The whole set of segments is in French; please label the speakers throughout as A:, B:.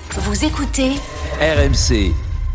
A: Vous écoutez
B: RMC.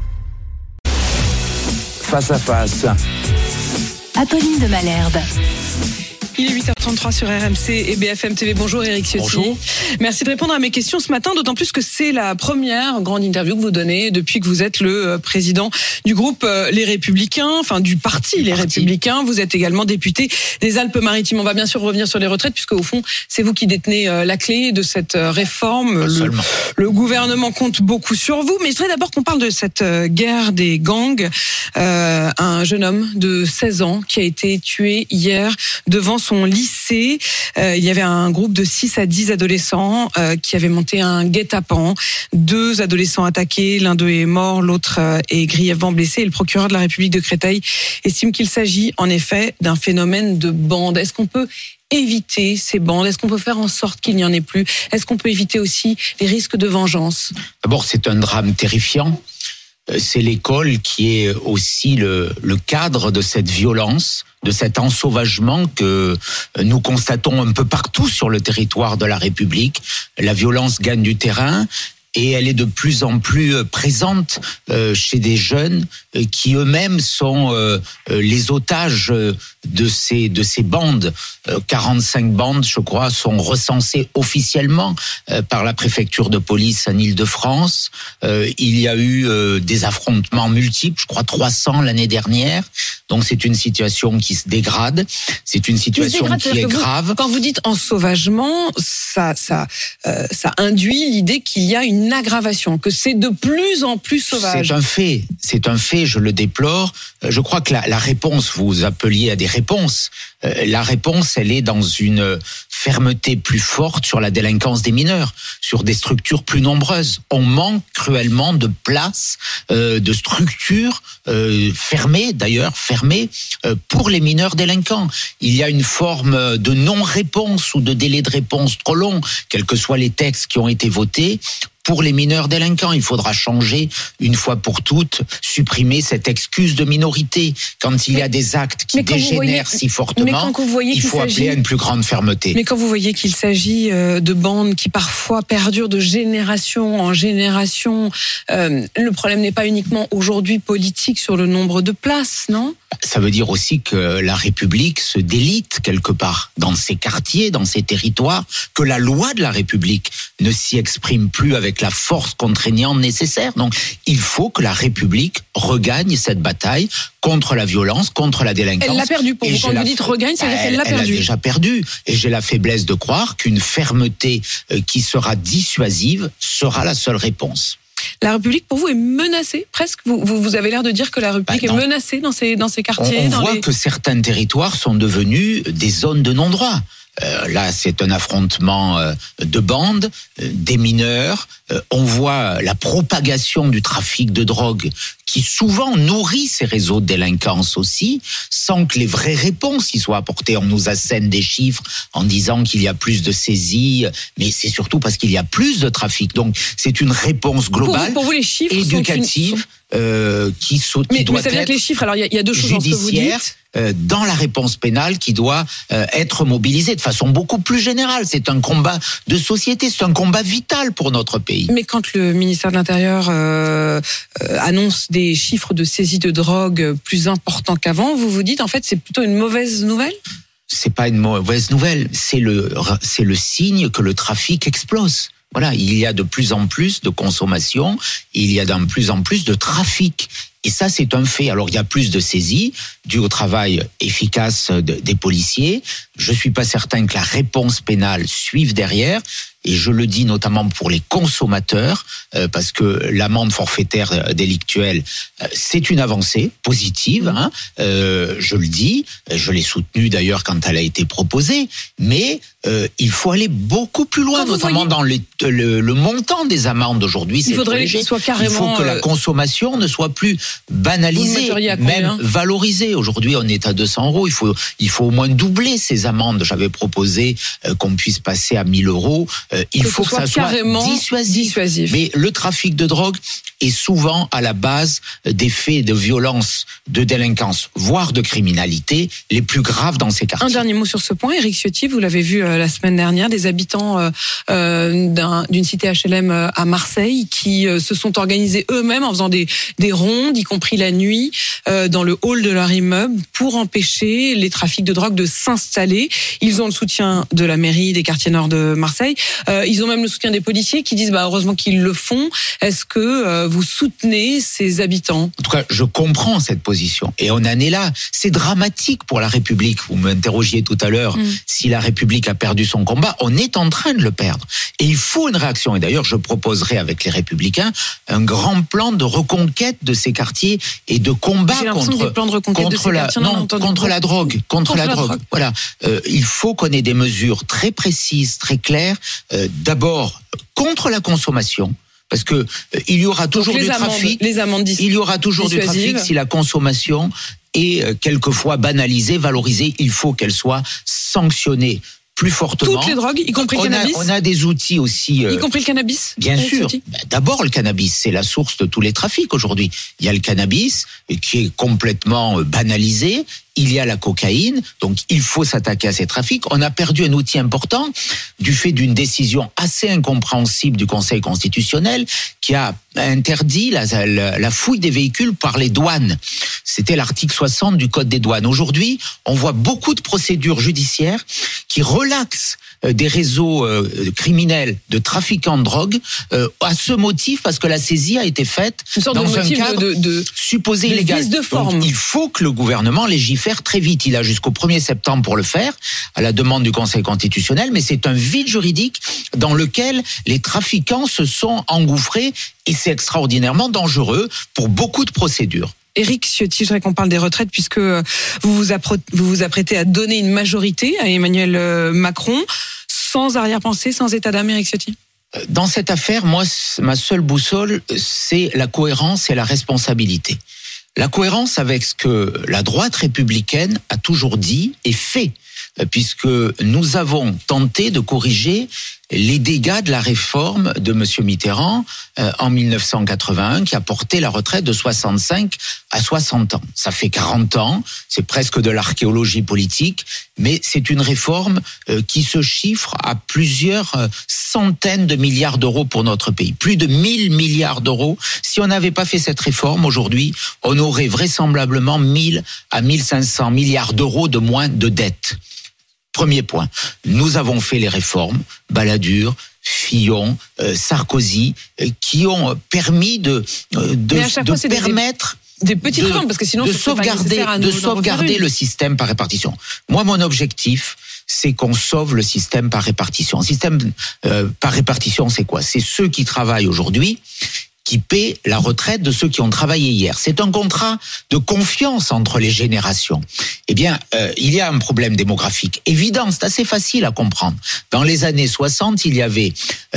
B: Face à face.
A: Apolline de Malherbe.
C: Il est 8h33 sur RMC et BFM TV. Bonjour Éric Ciotti.
D: Bonjour.
C: Merci de répondre à mes questions ce matin, d'autant plus que c'est la première grande interview que vous donnez depuis que vous êtes le président du groupe Les Républicains, enfin du parti Les Républicains. Vous êtes également député des Alpes-Maritimes. On va bien sûr revenir sur les retraites puisque au fond, c'est vous qui détenez la clé de cette réforme. Le gouvernement compte beaucoup sur vous. Mais je voudrais d'abord qu'on parle de cette guerre des gangs. Un jeune homme de 16 ans qui a été tué hier devant son lycée. Il y avait un groupe de 6 à 10 adolescents qui avaient monté un guet-apens. 2 adolescents attaqués, l'un d'eux est mort, l'autre est grièvement blessé. Et le procureur de la République de Créteil estime qu'il s'agit en effet d'un phénomène de bande. Est-ce qu'on peut éviter ces bandes? Est-ce qu'on peut faire en sorte qu'il n'y en ait plus? Est-ce qu'on peut éviter aussi les risques de vengeance?
D: D'abord, c'est un drame terrifiant. C'est l'école qui est aussi le cadre de cette violence, de cet ensauvagement que nous constatons un peu partout sur le territoire de la République. La violence gagne du terrain et elle est de plus en plus présente chez des jeunes qui eux-mêmes sont les otages de ces bandes. 45 bandes, je crois, sont recensées officiellement par la préfecture de police en Île-de-France. Il y a eu des affrontements multiples, je crois 300 l'année dernière. Donc c'est une situation qui se dégrade, c'est une situation qui est grave.
C: Quand vous dites ensauvagement, ça induit l'idée qu'il y a une aggravation, que c'est de plus en plus sauvage.
D: C'est un fait, je le déplore. Je crois que la réponse, vous appeliez à des réponses, la réponse, elle est dans une fermeté plus forte sur la délinquance des mineurs, sur des structures plus nombreuses. On manque cruellement de places, de structures fermées pour les mineurs délinquants. Il y a une forme de non-réponse ou de délai de réponse trop long, quels que soient les textes qui ont été votés. Pour les mineurs délinquants, il faudra changer une fois pour toutes, supprimer cette excuse de minorité. Quand il y a des actes qui dégénèrent si fortement, il faut appeler à une plus grande fermeté.
C: Mais quand vous voyez qu'il s'agit de bandes qui parfois perdurent de génération en génération, le problème n'est pas uniquement aujourd'hui politique sur le nombre de places, non ?
D: Ça veut dire aussi que la République se délite quelque part dans ces quartiers, dans ces territoires, que la loi de la République ne s'y exprime plus avec la force contraignante nécessaire. Donc, il faut que la République regagne cette bataille contre la violence, contre la délinquance.
C: Elle l'a perdu pour vous. Quand vous dites regagne, c'est-à-dire qu'elle l'a perdu.
D: Elle a déjà perdu. Et j'ai la faiblesse de croire qu'une fermeté qui sera dissuasive sera la seule réponse.
C: La République, pour vous, est menacée, presque. Vous avez l'air de dire que la République est menacée dans ces quartiers.
D: On voit que certains territoires sont devenus des zones de non-droit. Là, c'est un affrontement de bandes, des mineurs. On voit la propagation du trafic de drogue qui souvent nourrit ces réseaux de délinquance aussi, sans que les vraies réponses y soient apportées. On nous assène des chiffres en disant qu'il y a plus de saisies, mais c'est surtout parce qu'il y a plus de trafic. Donc, c'est une réponse globale,
C: pour vous, les chiffres
D: éducative, qui doit
C: ça veut dire que les chiffres, alors il y a deux choses dans ce que vous dites.
D: Dans la réponse pénale qui doit être mobilisée de façon beaucoup plus générale. C'est un combat de société, c'est un combat vital pour notre pays.
C: Mais quand le ministère de l'Intérieur annonce des chiffres de saisie de drogue plus importants qu'avant, vous vous dites en fait c'est plutôt une mauvaise nouvelle ?
D: C'est pas une mauvaise nouvelle, c'est le signe que le trafic explose. Voilà, il y a de plus en plus de consommation, il y a de plus en plus de trafic. Et ça, c'est un fait. Alors, il y a plus de saisies dû au travail efficace des policiers. Je suis pas certain que la réponse pénale suive derrière. Et je le dis notamment pour les consommateurs, parce que l'amende forfaitaire délictuelle, c'est une avancée positive. Hein, je le dis, je l'ai soutenue d'ailleurs quand elle a été proposée. Mais il faut aller beaucoup plus loin, notamment dans le montant des amendes aujourd'hui.
C: Il faudrait qu'il soit carrément.
D: Il faut que la consommation ne soit plus banalisée, même valorisée. Aujourd'hui, on est à 200 €. Il faut au moins doubler ces amendes. J'avais proposé qu'on puisse passer à 1 000 €. Il faut que ça soit dissuasif. Mais le trafic de drogue est souvent à la base des faits de violence, de délinquance, voire de criminalité les plus graves dans ces quartiers.
C: Un dernier mot sur ce point, Éric Ciotti, vous l'avez vu la semaine dernière, des habitants d'une cité HLM à Marseille qui se sont organisés eux-mêmes en faisant des rondes, y compris la nuit, dans le hall de leur immeuble pour empêcher les trafics de drogue de s'installer. Ils ont le soutien de la mairie des quartiers nord de Marseille. Ils ont même le soutien des policiers qui disent heureusement qu'ils le font. Est-ce que vous soutenez ces habitants ?
D: En tout cas, je comprends cette position. Et on en est là. C'est dramatique pour la République. Vous m'interrogiez tout à l'heure si la République a perdu son combat. On est en train de le perdre. Et il faut une réaction. Et d'ailleurs, je proposerai avec les Républicains un grand plan de reconquête de ces quartiers et de combat contre la drogue. Voilà. Il faut qu'on ait des mesures très précises, très claires. D'abord, contre la consommation. Parce que il y aura toujours du trafic. Il y aura toujours du trafic si la consommation est quelquefois banalisée, valorisée. Il faut qu'elle soit sanctionnée plus fortement.
C: Toutes les drogues, y compris le cannabis.
D: On a des outils aussi.
C: Y compris le cannabis.
D: Bien sûr. D'abord, le cannabis, c'est la source de tous les trafics aujourd'hui. Il y a le cannabis qui est complètement banalisé. Il y a la cocaïne, donc il faut s'attaquer à ces trafics. On a perdu un outil important du fait d'une décision assez incompréhensible du Conseil constitutionnel qui a interdit la fouille des véhicules par les douanes. C'était l'article 60 du Code des douanes. Aujourd'hui, on voit beaucoup de procédures judiciaires qui relaxent des réseaux criminels de trafiquants de drogue à ce motif, parce que la saisie a été faite dans un cadre supposé illégal. Donc, il faut que le gouvernement légifère très vite. Il a jusqu'au 1er septembre pour le faire, à la demande du Conseil constitutionnel, mais c'est un vide juridique dans lequel les trafiquants se sont engouffrés et c'est extraordinairement dangereux pour beaucoup de procédures.
C: Éric Ciotti, je voudrais qu'on parle des retraites puisque vous vous apprêtez à donner une majorité à Emmanuel Macron sans arrière-pensée, sans état d'âme, Éric Ciotti.
D: Dans cette affaire, moi, ma seule boussole, c'est la cohérence et la responsabilité. La cohérence avec ce que la droite républicaine a toujours dit et fait, puisque nous avons tenté de corriger les dégâts de la réforme de M. Mitterrand en 1981 qui a porté la retraite de 65 à 60 ans. Ça fait 40 ans, c'est presque de l'archéologie politique, mais c'est une réforme qui se chiffre à plusieurs centaines de milliards d'euros pour notre pays. Plus de 1000 milliards d'euros. Si on n'avait pas fait cette réforme, aujourd'hui, on aurait vraisemblablement 1000 à 1500 milliards d'euros de moins de dettes. Premier point, nous avons fait les réformes, Balladur, Fillon, Sarkozy, qui ont permis de permettre
C: des petites réformes, parce que sinon
D: de sauvegarder le système par répartition. Moi, mon objectif, c'est qu'on sauve le système par répartition. Un système par répartition, c'est quoi ? C'est ceux qui travaillent aujourd'hui qui paient la retraite de ceux qui ont travaillé hier. C'est un contrat de confiance entre les générations. Eh bien, il y a un problème démographique évident, c'est assez facile à comprendre. Dans les années 60, il y avait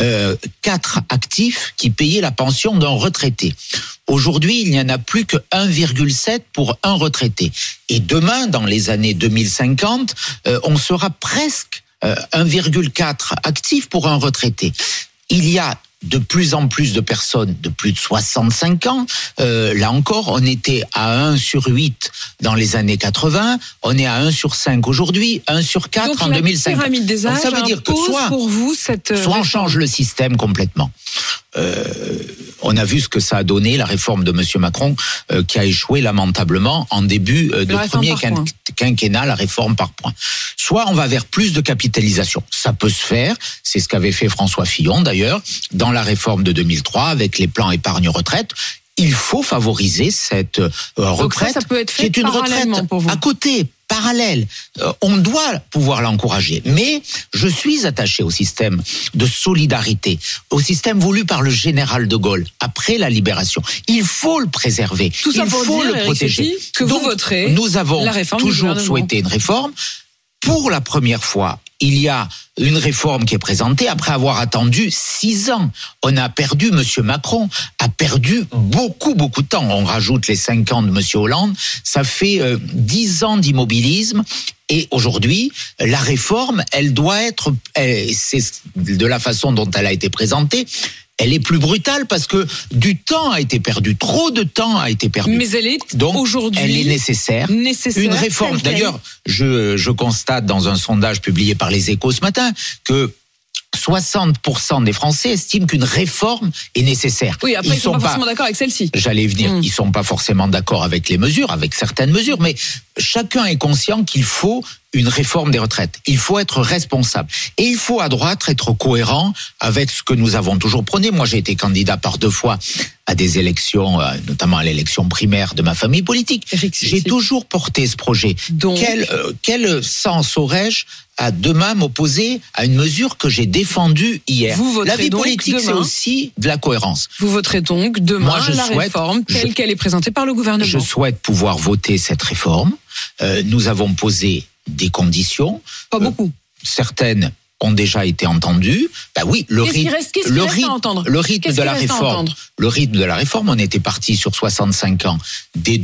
D: 4 actifs qui payaient la pension d'un retraité. Aujourd'hui, il n'y en a plus que 1,7 pour un retraité. Et demain, dans les années 2050, on sera presque 1,4 actifs pour un retraité. Il y a de plus en plus de personnes de plus de 65 ans. Là encore, on était à 1 sur 8 dans les années 80. On est à 1 sur 5 aujourd'hui, 1 sur 4
C: donc,
D: en 2050.
C: Pyramide des âges,
D: donc ça veut dire que soit on change le système complètement. On a vu ce que ça a donné, la réforme de M. Macron, qui a échoué lamentablement en début de premier quinquennat, la réforme par points. Soit on va vers plus de capitalisation. Ça peut se faire, c'est ce qu'avait fait François Fillon d'ailleurs, dans la réforme de 2003, avec les plans épargne-retraite. Il faut favoriser cette retraite,
C: ça peut être fait
D: qui est une retraite à côté, parallèle. On doit pouvoir l'encourager. Mais je suis attaché au système de solidarité, au système voulu par le général de Gaulle après la libération. Il faut le préserver.
C: Tout ça
D: il
C: pour
D: faut
C: dire,
D: le protéger.
C: Que vous voterez
D: nous avons
C: la réforme
D: toujours souhaité une réforme. Pour la première fois, il y a une réforme qui est présentée après avoir attendu 6 ans. On a perdu, M. Macron a perdu beaucoup de temps. On rajoute les 5 ans de M. Hollande. Ça fait 10 ans d'immobilisme. Et aujourd'hui, la réforme, elle doit être, c'est de la façon dont elle a été présentée, Elle est plus brutale parce que du temps a été perdu, trop de temps a été perdu.
C: Mais elle est
D: donc
C: aujourd'hui
D: elle est nécessaire. Une réforme. D'ailleurs, je constate dans un sondage publié par Les Échos ce matin que 60% des Français estiment qu'une réforme est nécessaire.
C: Oui, après ils sont pas forcément d'accord avec celle-ci.
D: J'allais venir, ils sont pas forcément d'accord avec les mesures, avec certaines mesures, mais chacun est conscient qu'il faut une réforme des retraites. Il faut être responsable. Et il faut à droite être cohérent avec ce que nous avons toujours prôné. Moi, j'ai été candidat par 2 fois à des élections, notamment à l'élection primaire de ma famille politique. J'ai toujours porté ce projet. Donc, quel sens aurais-je à demain m'opposer à une mesure que j'ai défendue hier? La vie politique, c'est aussi de la cohérence.
C: Vous voterez donc demain la réforme telle qu'elle est présentée par le gouvernement.
D: Je souhaite pouvoir voter cette réforme. Nous avons posé des conditions.
C: Pas beaucoup.
D: Certaines ont déjà été entendues. Ben oui, le rythme de la réforme, on était parti sur 65 ans dès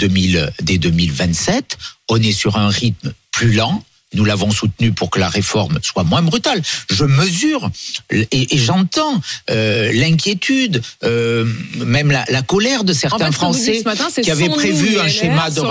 D: 2027. On est sur un rythme plus lent. Nous l'avons soutenu pour que la réforme soit moins brutale. Je mesure et j'entends l'inquiétude, même la colère de certains Français qui avaient prévu un schéma de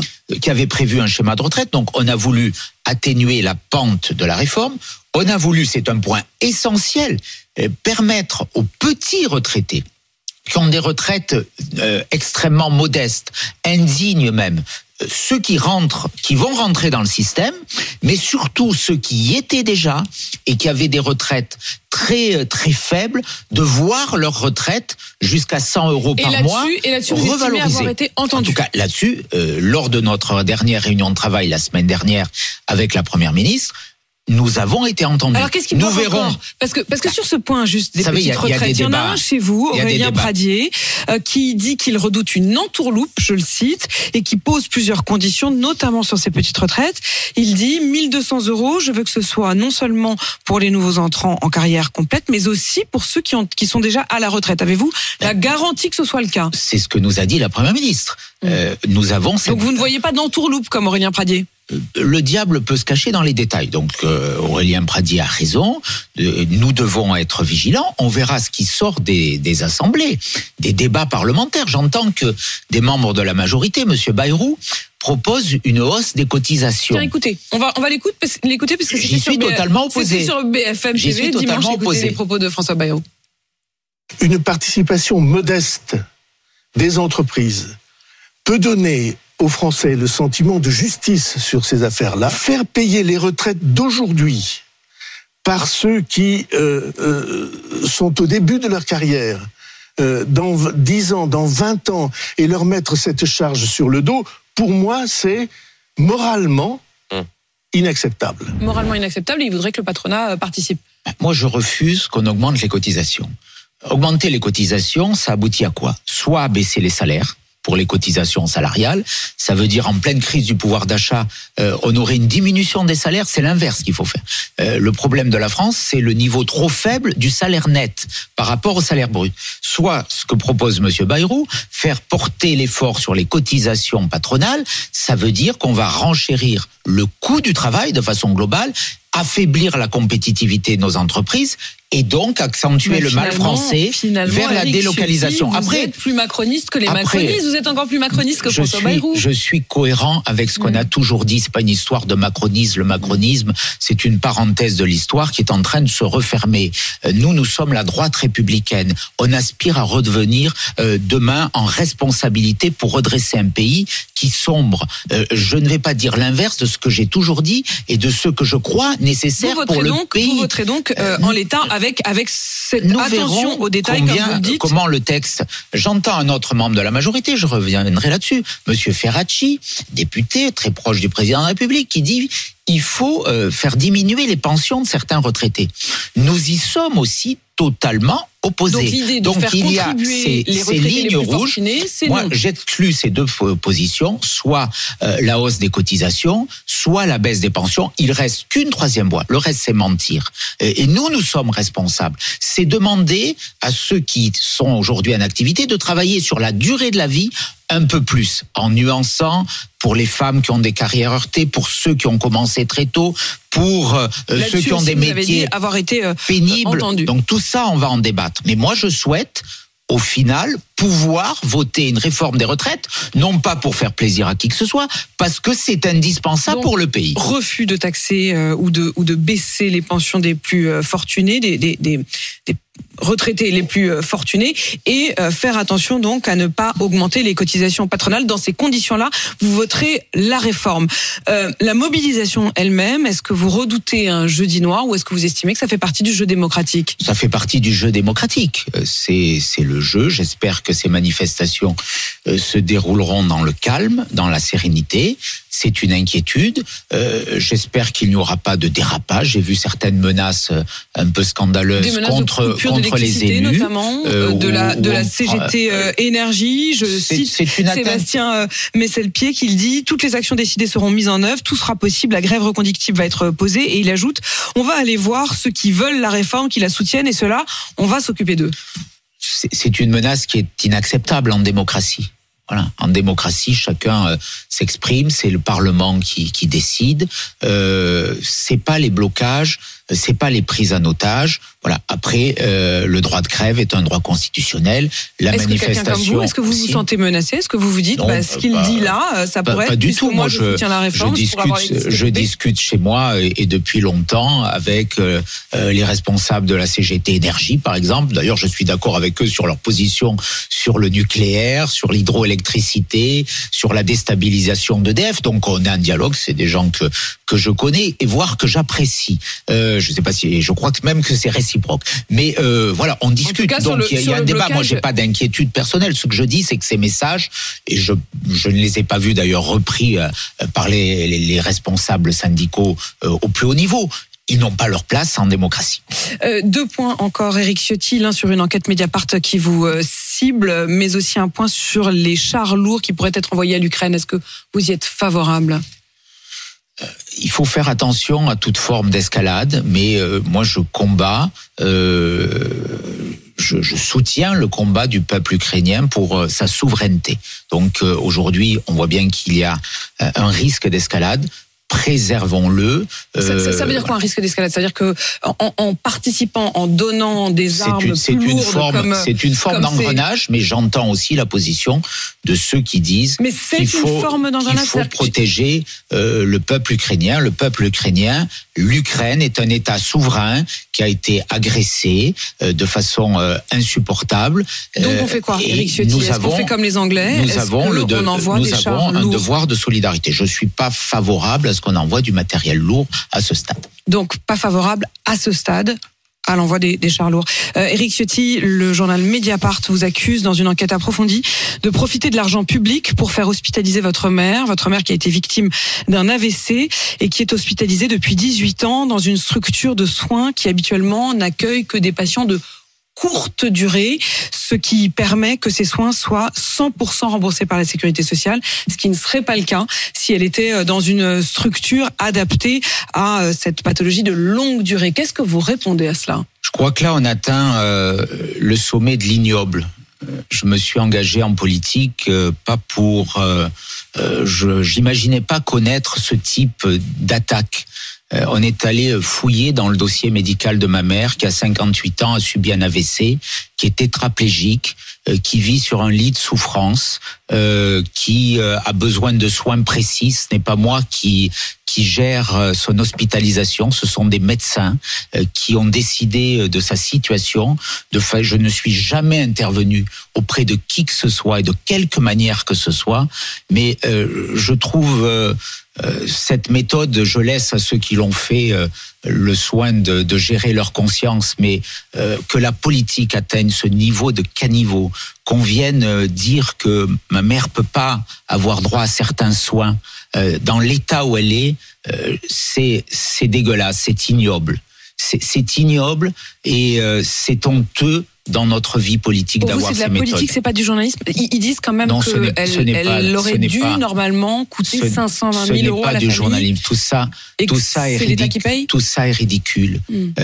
D: retraite. Donc on a voulu atténuer la pente de la réforme. On a voulu, c'est un point essentiel, permettre aux petits retraités qui ont des retraites extrêmement modestes, indignes même, ceux qui vont rentrer dans le système, mais surtout ceux qui y étaient déjà et qui avaient des retraites très très faibles, de voir leur retraite jusqu'à 100 € par mois revalorisée. En tout cas, là-dessus, lors de notre dernière réunion de travail la semaine dernière avec la Première ministre, nous avons été entendus.
C: Alors qu'est-ce qui nous verrons parce que sur ce point juste des petites retraites, il y en a un chez vous, Aurélien Pradié, qui dit qu'il redoute une entourloupe, je le cite, et qui pose plusieurs conditions, notamment sur ces petites retraites. Il dit 1 200 €, je veux que ce soit non seulement pour les nouveaux entrants en carrière complète, mais aussi pour ceux qui sont déjà à la retraite. Avez-vous la garantie que ce soit le cas?
D: C'est ce que nous a dit la Première ministre. Nous avons
C: Donc vous ne voyez pas d'entourloupe comme Aurélien Pradié?
D: Le diable peut se cacher dans les détails. Donc Aurélien Pradié a raison. Nous devons être vigilants. On verra ce qui sort des assemblées, des débats parlementaires. J'entends que des membres de la majorité, Monsieur Bayrou, propose une hausse des cotisations.
C: Tiens, écoutez, on va l'écouter parce que
D: j'y suis totalement opposé.
C: C'était sur BFM TV dimanche. Écoutez les propos de François Bayrou.
E: Une participation modeste des entreprises peut donner aux Français le sentiment de justice sur ces affaires-là, faire payer les retraites d'aujourd'hui par ceux qui sont au début de leur carrière, dans 10 ans, dans 20 ans, et leur mettre cette charge sur le dos, pour moi, c'est moralement inacceptable.
C: Moralement inacceptable, et il voudrait que le patronat participe.
D: Moi, je refuse qu'on augmente les cotisations. Augmenter les cotisations, ça aboutit à quoi? Soit à baisser les salaires, pour les cotisations salariales, ça veut dire en pleine crise du pouvoir d'achat, on aurait une diminution des salaires, c'est l'inverse qu'il faut faire. Le problème de la France, c'est le niveau trop faible du salaire net par rapport au salaire brut. Soit ce que propose Monsieur Bayrou, faire porter l'effort sur les cotisations patronales, ça veut dire qu'on va renchérir le coût du travail de façon globale, affaiblir la compétitivité de nos entreprises et donc accentuer le mal français vers la délocalisation.
C: Vous êtes plus macroniste que les macronistes, vous êtes encore plus macroniste que François Bayrou.
D: Je suis cohérent avec ce qu'on a toujours dit, c'est pas une histoire de macronisme, le macronisme, c'est une parenthèse de l'histoire qui est en train de se refermer. Nous sommes la droite républicaine, on aspire à redevenir demain en responsabilité pour redresser un pays qui sombre. Je ne vais pas dire l'inverse de ce que j'ai toujours dit et de ce que je crois nécessaire pour le pays.
C: Vous voterez donc en l'état avec cette attention aux détails, comme vous le dites.
D: Comment le texte. J'entends un autre membre de la majorité, je reviendrai là-dessus, Monsieur Ferracci, député très proche du président de la République, qui dit il faut faire diminuer les pensions de certains retraités. Nous y sommes aussi totalement opposés.
C: Donc il y a ces lignes rouges.
D: Moi, j'exclus ces deux positions, soit la hausse des cotisations, soit la baisse des pensions. Il reste qu'une troisième voie. Le reste, c'est mentir. Et nous sommes responsables. C'est demander à ceux qui sont aujourd'hui en activité de travailler sur la durée de la vie un peu plus, en nuançant pour les femmes qui ont des carrières heurtées, pour ceux qui ont commencé très tôt, pour ceux qui ont des métiers pénibles. Donc tout ça, on va en débattre. débattre. Mais moi, je souhaite, au final, pouvoir voter une réforme des retraites, non pas pour faire plaisir à qui que ce soit, parce que c'est indispensable
C: donc,
D: pour le pays.
C: Refus de taxer ou de baisser les pensions des plus fortunés, des retraités les plus fortunés, et faire attention donc à ne pas augmenter les cotisations patronales. Dans ces conditions-là, vous voterez la réforme. La mobilisation elle-même, est-ce que vous redoutez un jeudi noir ou est-ce que vous estimez que ça fait partie du jeu démocratique ?
D: Ça fait partie du jeu démocratique. C'est le jeu. J'espère que ces manifestations se dérouleront dans le calme, dans la sérénité. C'est une inquiétude. J'espère qu'il n'y aura pas de dérapage. J'ai vu certaines menaces un peu scandaleuses contre les élus,
C: notamment de la CGT Énergie. Je cite Sébastien Messelpied qui dit: toutes les actions décidées seront mises en œuvre, tout sera possible, la grève reconductible va être posée. Et il ajoute: on va aller voir ceux qui veulent la réforme, qui la soutiennent, et ceux-là, on va s'occuper d'eux.
D: C'est une menace qui est inacceptable en démocratie. Voilà. En démocratie, chacun s'exprime, c'est le Parlement qui décide. C'est pas les blocages, c'est pas les prises en otage. Voilà. Après, le droit de grève est un droit constitutionnel. La manifestation.
C: Est-ce que vous vous sentez menacé ? Est-ce que vous vous dites, ce qu'il dit là, ça pourrait
D: pas
C: être,
D: du tout.
C: Moi, je soutiens la réforme.
D: Je discute chez moi et depuis longtemps avec les responsables de la CGT Énergie, par exemple. D'ailleurs, je suis d'accord avec eux sur leur position sur le nucléaire, sur l'hydroélectricité, sur la déstabilisation d'EDF. Donc, on a un dialogue. C'est des gens que je connais et voire que j'apprécie. Je sais pas si, je crois que même que c'est réciproque. Mais voilà, on discute.
C: Cas,
D: donc il y a un débat.
C: blocage...
D: Moi, j'ai pas d'inquiétude personnelle. Ce que je dis, c'est que ces messages, et je ne les ai pas vus d'ailleurs repris par les responsables syndicaux au plus haut niveau. Ils n'ont pas leur place en démocratie.
C: 2 points encore, Éric Ciotti, l'un sur une enquête Mediapart qui vous cible, mais aussi un point sur les chars lourds qui pourraient être envoyés à l'Ukraine. Est-ce que vous y êtes favorable ?
D: Il faut faire attention à toute forme d'escalade, mais moi je combats, je soutiens le combat du peuple ukrainien pour sa souveraineté. Donc aujourd'hui, on voit bien qu'il y a un risque d'escalade. Préservons-le.
C: Ça veut dire quoi, un risque d'escalade ? C'est-à-dire que en participant, en donnant des armes plus lourdes,
D: c'est une forme d'engrenage, mais j'entends aussi la position de ceux qui disent qu'il faut protéger le peuple ukrainien. Le peuple ukrainien, l'Ukraine est un État souverain qui a été agressé de façon insupportable.
C: Donc on fait quoi, Éric Ciotti ? Est-ce qu'on fait comme les Anglais ?
D: Nous avons un devoir de solidarité. Je suis pas favorable à ce qu'on envoie du matériel lourd à ce stade.
C: Donc pas favorable à ce stade à l'envoi des chars lourds. Éric Ciotti, le journal Mediapart vous accuse dans une enquête approfondie de profiter de l'argent public pour faire hospitaliser votre mère qui a été victime d'un AVC et qui est hospitalisée depuis 18 ans dans une structure de soins qui habituellement n'accueille que des patients de courte durée, ce qui permet que ces soins soient 100% remboursés par la sécurité sociale, ce qui ne serait pas le cas si elle était dans une structure adaptée à cette pathologie de longue durée. Qu'est-ce que vous répondez à cela ?
D: Je crois que là, on atteint le sommet de l'ignoble. Je me suis engagé en politique pas pour... j'imaginais pas connaître ce type d'attaque. On est allé fouiller dans le dossier médical de ma mère qui a 58 ans, a subi un AVC, qui est tétraplégique, qui vit sur un lit de souffrance, qui a besoin de soins précis. Ce n'est pas moi qui gère son hospitalisation, ce sont des médecins qui ont décidé de sa situation. Je ne suis jamais intervenu auprès de qui que ce soit et de quelque manière que ce soit, mais je trouve cette méthode, je laisse à ceux qui l'ont fait le soin de gérer leur conscience, mais que la politique atteigne ce niveau de caniveau, qu'on vienne dire que ma mère peut pas avoir droit à certains soins dans l'état où elle est, c'est dégueulasse, c'est ignoble. C'est ignoble et c'est honteux dans notre vie politique d'avoir ces méthodes.
C: C'est de la politique, c'est pas du journalisme. Ils disent quand même qu'elle aurait dû normalement coûter 520 000 euros à la famille. Ce n'est pas du journalisme.
D: Tout ça est ridicule. Tout ça est ridicule.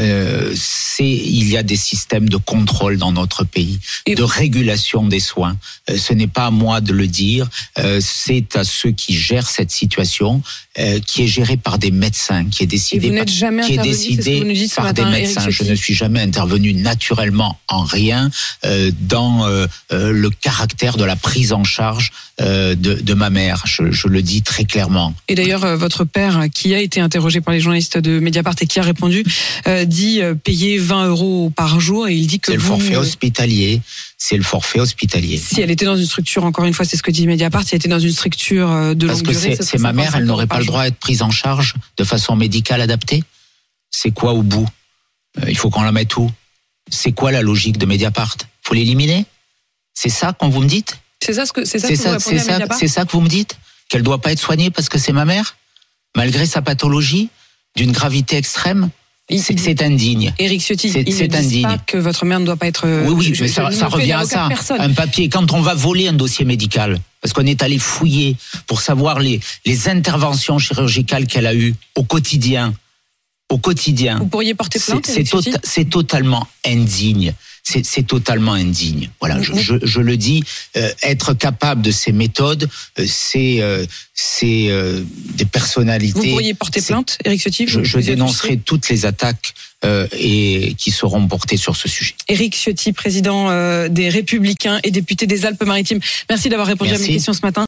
D: Il y a des systèmes de contrôle dans notre pays, de régulation des soins. Ce n'est pas à moi de le dire. C'est à ceux qui gèrent cette situation, qui est gérée par des médecins, qui est décidée par des médecins. Je ne suis jamais intervenu naturellement en rien dans le caractère de la prise en charge de ma mère. Je le dis très clairement.
C: Et d'ailleurs, votre père, qui a été interrogé par les journalistes de Mediapart et qui a répondu, dit payer 20 € par jour, et il dit que
D: c'est le forfait hospitalier. C'est le forfait hospitalier.
C: Si elle était dans une structure, encore une fois, c'est ce que dit Mediapart, si elle était dans une structure de longue durée...
D: Parce que c'est ma mère, elle n'aurait pas le droit d'être prise en charge de façon médicale adaptée. C'est quoi au bout? Il faut qu'on la mette où? C'est quoi la logique de Mediapart? Faut l'éliminer? C'est ça qu'on vous me dites?
C: C'est ça que vous répondez à Mediapart?
D: C'est ça que vous me dites? Qu'elle doit pas être soignée parce que c'est ma mère? Malgré sa pathologie, d'une gravité extrême? C'est indigne.
C: Éric Ciotti, il ne dit pas que votre mère ne doit pas être...
D: Oui, mais ça revient à ça. Un papier, quand on va voler un dossier médical, parce qu'on est allé fouiller pour savoir les interventions chirurgicales qu'elle a eues au quotidien.
C: Vous pourriez porter plainte,
D: c'est totalement indigne. C'est totalement indigne. Voilà, je le dis. Être capable de ces méthodes, c'est des personnalités. Vous
C: pourriez porter plainte, Éric Ciotti?
D: Je dénoncerai toutes les attaques et qui seront portées sur ce sujet.
C: Éric Ciotti, président des Républicains et député des Alpes-Maritimes. Merci d'avoir répondu à mes questions ce matin.